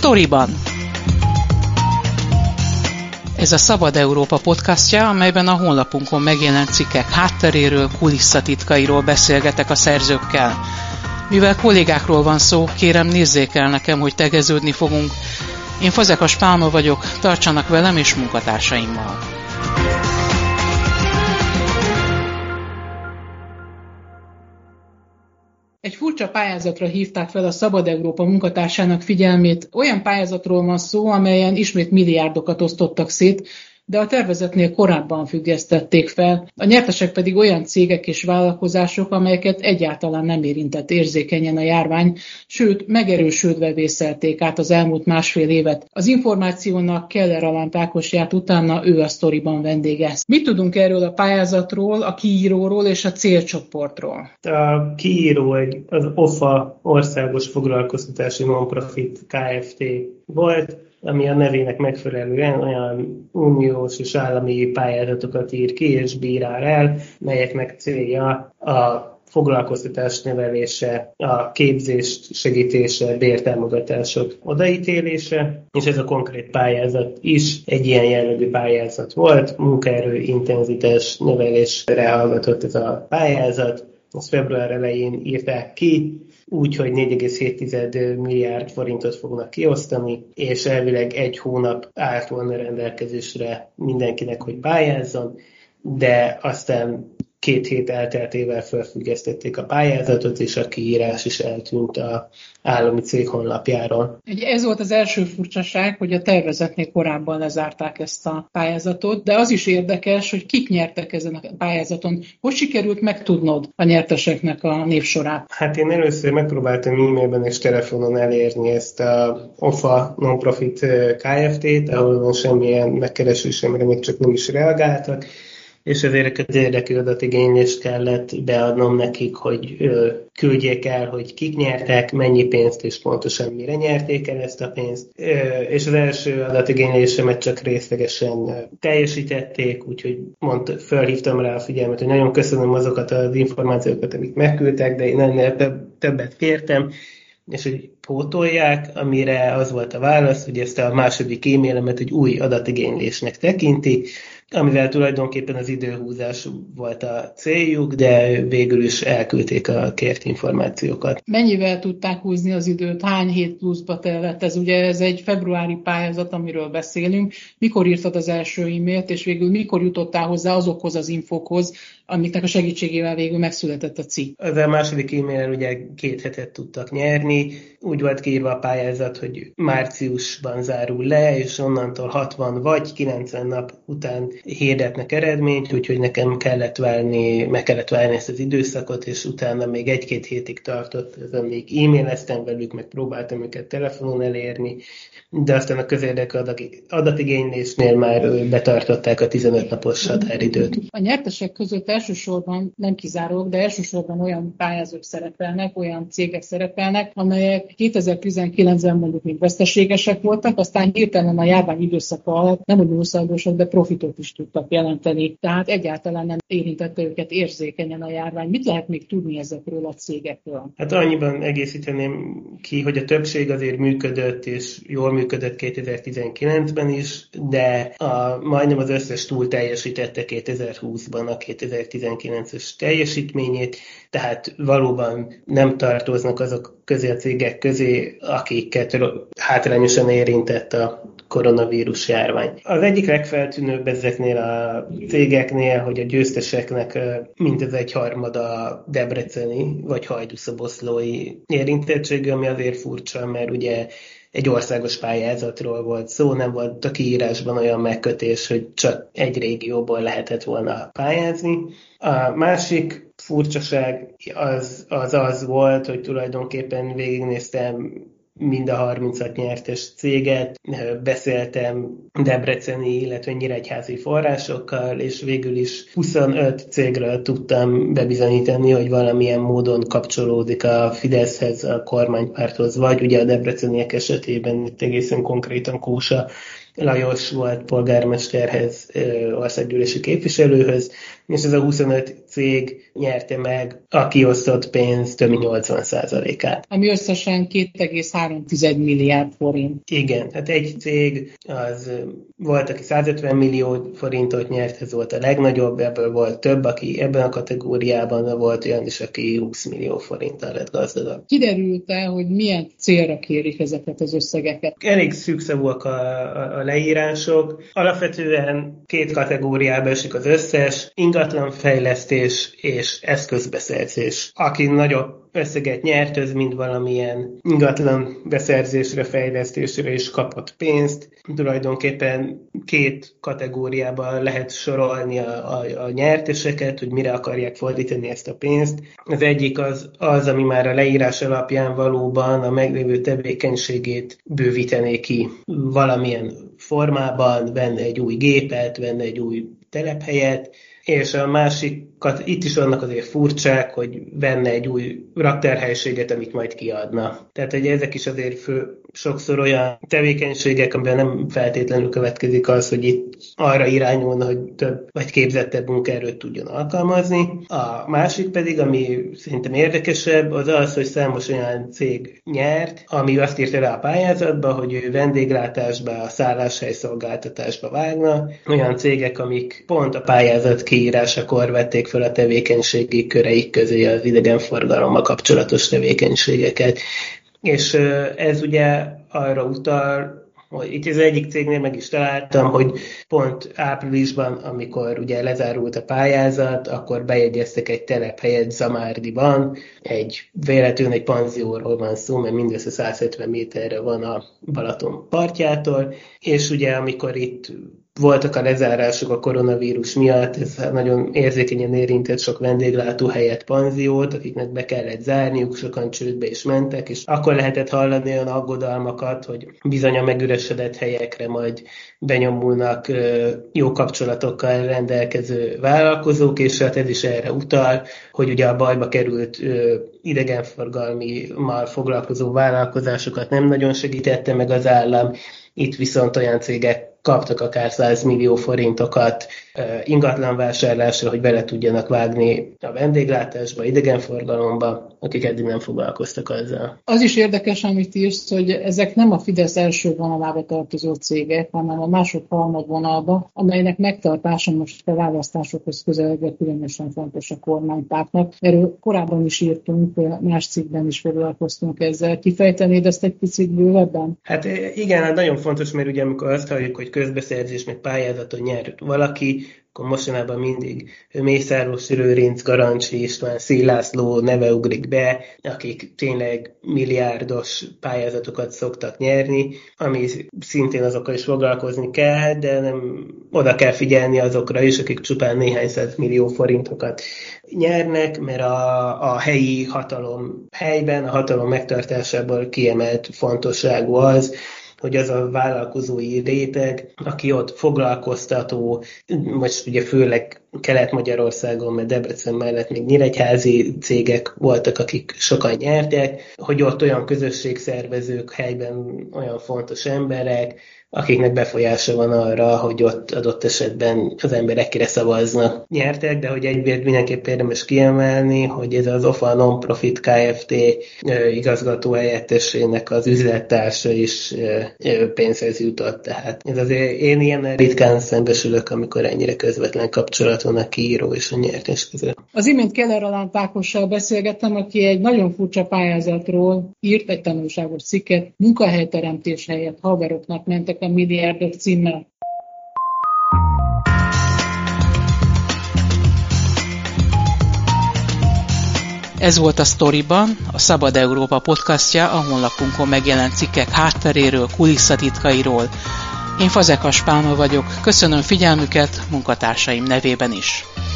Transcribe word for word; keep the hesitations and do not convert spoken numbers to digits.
Sztoriban. Ez a Szabad Európa podcastja, amelyben a honlapunkon megjelent cikkek hátteréről, kulisszatitkairól beszélgetek a szerzőkkel. Mivel kollégákról van szó, kérem nézzék el nekem, hogy tegeződni fogunk. Én Fazekas Pálma vagyok, tartsanak velem és munkatársaimmal. Egy furcsa pályázatra hívták fel a Szabad Európa munkatársának figyelmét. Olyan pályázatról van szó, amelyen ismét milliárdokat osztottak szét, de a tervezetnél korábban függesztették fel. A nyertesek pedig olyan cégek és vállalkozások, amelyeket egyáltalán nem érintett érzékenyen a járvány, sőt, megerősödve vészelték át az elmúlt másfél évet. Az információnak Keller Alánt Ákos járt utána, ő a Sztoriban vendége. Mit tudunk erről a pályázatról, a kiíróról és a célcsoportról? A kiíró egy az o ef á Országos Foglalkoztatási Nonprofit Kft. Volt, ami a nevének megfelelően olyan uniós és állami pályázatokat ír ki és bírál el, melyeknek célja a foglalkoztatás növelése, a képzés segítése, bértámogatások odaítélése, és ez a konkrét pályázat is egy ilyen jellegű pályázat volt, munkaerő intenzitás növelésre hallgatott ez a pályázat, ezt február elején írták ki, úgyhogy négy egész hét milliárd forintot fognak kiosztani, és elvileg egy hónap állt volna rendelkezésre mindenkinek, hogy pályázzon, de aztán két hét elteltével felfüggesztették a pályázatot, és a kiírás is eltűnt az állami cég honlapjáról. Ez volt az első furcsaság, hogy a tervezetnél korábban lezárták ezt a pályázatot, de az is érdekes, hogy kik nyertek ezen a pályázaton. Hogy sikerült megtudnod a nyerteseknek a névsorát? Hát én először megpróbáltam e-mailben és telefonon elérni ezt a o ef á Nonprofit Kft-t, ahol semmilyen megkeresésemre még csak nem is reagáltak, és ezért az érdekű adatigénylést kellett beadnom nekik, hogy ö, küldjék el, hogy kik nyertek, mennyi pénzt és pontosan mire nyerték el ezt a pénzt. Ö, és az első adatigénylésemet csak részlegesen ö, teljesítették, úgyhogy mond, felhívtam rá a figyelmet, hogy nagyon köszönöm azokat az információkat, amik megküldtek, de én ennél több, többet kértem, és hogy pótolják, amire az volt a válasz, hogy ezt a második e-mailemet egy új adatigénylésnek tekinti, amivel tulajdonképpen az időhúzás volt a céljuk, de végül is elküldték a kért információkat. Mennyivel tudták húzni az időt? Hány hét pluszba tellett ez? Ugye ez egy februári pályázat, amiről beszélünk. Mikor írtad az első e-mailt, és végül mikor jutottál hozzá azokhoz az infokhoz, amiknek a segítségével végül megszületett a cikk? Az a második e-mail ugye két hetet tudtak nyerni. Úgy volt kiírva a pályázat, hogy márciusban zárul le, és onnantól hatvan vagy kilencven nap után hirdetnek eredményt, úgyhogy nekem kellett várni, meg kellett várni ezt az időszakot, és utána még egy-két hétig tartott, ezen még e-maileztem velük, meg próbáltam őket telefonon elérni, de aztán a közérdekű adatigénylésnél már betartották a tizenöt napos határidőt. A nyertesek között elsősorban, nem kizárólag, de elsősorban olyan pályázók szerepelnek, olyan cégek szerepelnek, amelyek kétezer-tizenkilencben mondjuk még veszteségesek voltak, aztán hirtelen a járvány időszaka alatt nem úgy muszájdosak, de profitot is tudtak jelenteni. Tehát egyáltalán nem érintette őket érzékenyen a járvány. Mit lehet még tudni ezekről a cégekről? Hát annyiban egészíteném ki, hogy a többség azért működött, és jól működött kétezer-tizenkilencben is, de a, majdnem az összes túl teljesítette kétezer-húszban a kétezer-tizenkilences teljesítményét, tehát valóban nem tartoznak azok közé a cégek közé, akiket hátrányosan érintett a koronavírus járvány. Az egyik legfeltűnőbb ezeknél a cégeknél, hogy a győzteseknek mindez egy harmada debreceni vagy hajdúszoboszlói érintettsége, ami azért furcsa, mert ugye egy országos pályázatról volt szó, nem volt a kiírásban olyan megkötés, hogy csak egy régióból lehetett volna pályázni. A másik furcsaság az az, az volt, hogy tulajdonképpen végignéztem mind a harminchat nyertes céget, beszéltem debreceni, illetve nyíregyházi forrásokkal, és végül is huszonöt cégről tudtam bebizonyítani, hogy valamilyen módon kapcsolódik a Fideszhez, a kormánypárthoz, vagy ugye a debreceniek esetében itt egészen konkrétan Kósa Lajos volt polgármesterhez, országgyűlési képviselőhöz, és ez a huszonöt cég nyerte meg a kiosztott pénz több mint nyolcvan százalékát. Ami összesen két egész három milliárd forint. Igen, hát egy cég az volt, aki százötven millió forintot nyert, ez volt a legnagyobb, ebből volt több, aki ebben a kategóriában volt olyan is, aki húsz millió forinttal lett gazdagabb. Kiderült-e, hogy milyen célra kérik ezeket az összegeket? Elég szűkszavúak a, a, a leírások. Alapvetően két kategóriába esik az összes, ingatlanfejlesztés és eszközbeszerzés. Aki nagyobb összeget nyert, az mind valamilyen ingatlan beszerzésre, fejlesztésre is kapott pénzt. Tulajdonképpen két kategóriába lehet sorolni a, a, a nyerteseket, hogy mire akarják fordítani ezt a pénzt. Az egyik az, az, ami már a leírás alapján valóban a meglévő tevékenységét bővítené ki valamilyen formában, venne egy új gépet, venne egy új telephelyet, és a másikat, itt is vannak azért furcsák, hogy venne egy új raktárhelyiséget, amit majd kiadna. Tehát, hogy ezek is azért fő, sokszor olyan tevékenységek, amiben nem feltétlenül következik az, hogy itt arra irányulna, hogy több vagy képzettebb munkaerőt tudjon alkalmazni. A másik pedig, ami szerintem érdekesebb, az az, hogy számos olyan cég nyert, ami azt írta le a pályázatba, hogy ő vendéglátásba, a szálláshelyszolgáltatásba vágna. Olyan cégek, amik pont a pályázat kiírásakor vették fel a tevékenységi köreik közé az idegenforgalommal kapcsolatos tevékenységeket. És ez ugye arra utal, hogy itt az egyik cégnél meg is találtam, hogy pont áprilisban, amikor ugye lezárult a pályázat, akkor bejegyeztek egy telephelyet Zamárdiban, egy véletlenül egy panzióról van szó, mert mindössze száz hetven méterre van a Balaton partjától, és ugye amikor itt voltak a lezárások a koronavírus miatt, ez nagyon érzékenyen érintett sok vendéglátóhelyet, panziót, akiknek be kellett zárniuk, sokan csődbe is mentek, és akkor lehetett hallani olyan aggodalmakat, hogy bizony a megüresedett helyekre majd benyomulnak jó kapcsolatokkal rendelkező vállalkozók, és hát ez is erre utal, hogy ugye a bajba került idegenforgalmival foglalkozó vállalkozásokat nem nagyon segítette meg az állam, itt viszont olyan cégek kaptak akár száz millió forintokat ingatlanvásárlásra, hogy bele tudjanak vágni a vendéglátásba, idegenforgalomba, akik eddig nem foglalkoztak azzal. Az is érdekes, amit írsz, hogy ezek nem a Fidesz első vonalába tartozó cégek, hanem a másod-harmad vonalba, amelynek megtartása most a választásokhoz közeledve különösen fontos a kormánypártnak. Erről korábban is írtunk, más cikkben is foglalkoztunk ezzel. Kifejtenéd ezt egy picit bővebben? Hát igen, hát nagyon fontos, mert ugye amikor azt halljuk, hogy közbeszerzés meg pályázaton nyert valaki, akkor mostanában mindig Mészáros Lőrinc, Garancsi István, Széll László neve ugrik be, akik tényleg milliárdos pályázatokat szoktak nyerni, ami szintén azokkal is foglalkozni kell, de nem oda kell figyelni azokra is, akik csupán néhány száz millió forintokat nyernek, mert a, a helyi hatalom helyben, a hatalom megtartásából kiemelt fontosságú az, hogy az a vállalkozói réteg, aki ott foglalkoztató, most ugye főleg Kelet-Magyarországon, mert Debrecen mellett még nyíregyházi cégek voltak, akik sokan nyertek, hogy ott olyan közösségszervezők helyben olyan fontos emberek, akiknek befolyása van arra, hogy ott adott esetben az emberek kire szavaznak. Nyertek, de hogy egyébként mindenképp érdemes kiemelni, hogy ez az o ef á Non-Profit Kft. Igazgató helyettesének az üzlettársa is pénzhez jutott. Tehát ez azért én ilyen ritkán szembesülök, amikor ennyire közvetlen kapcsolat van a kiíró és a nyertes között. Az imént Keller Alánt Ákossal beszélgettem, aki egy nagyon furcsa pályázatról írt egy tanulságos cikket, munkahelyteremtés helyett haveroknak mentek a milliárdok címmel. Ez volt a Sztoriban, a Szabad Európa podcastja, a honlapunkon megjelent cikkek hátteréről, kulisszatitkairól. Én Fazekas Pálma vagyok, köszönöm figyelmüket munkatársaim nevében is.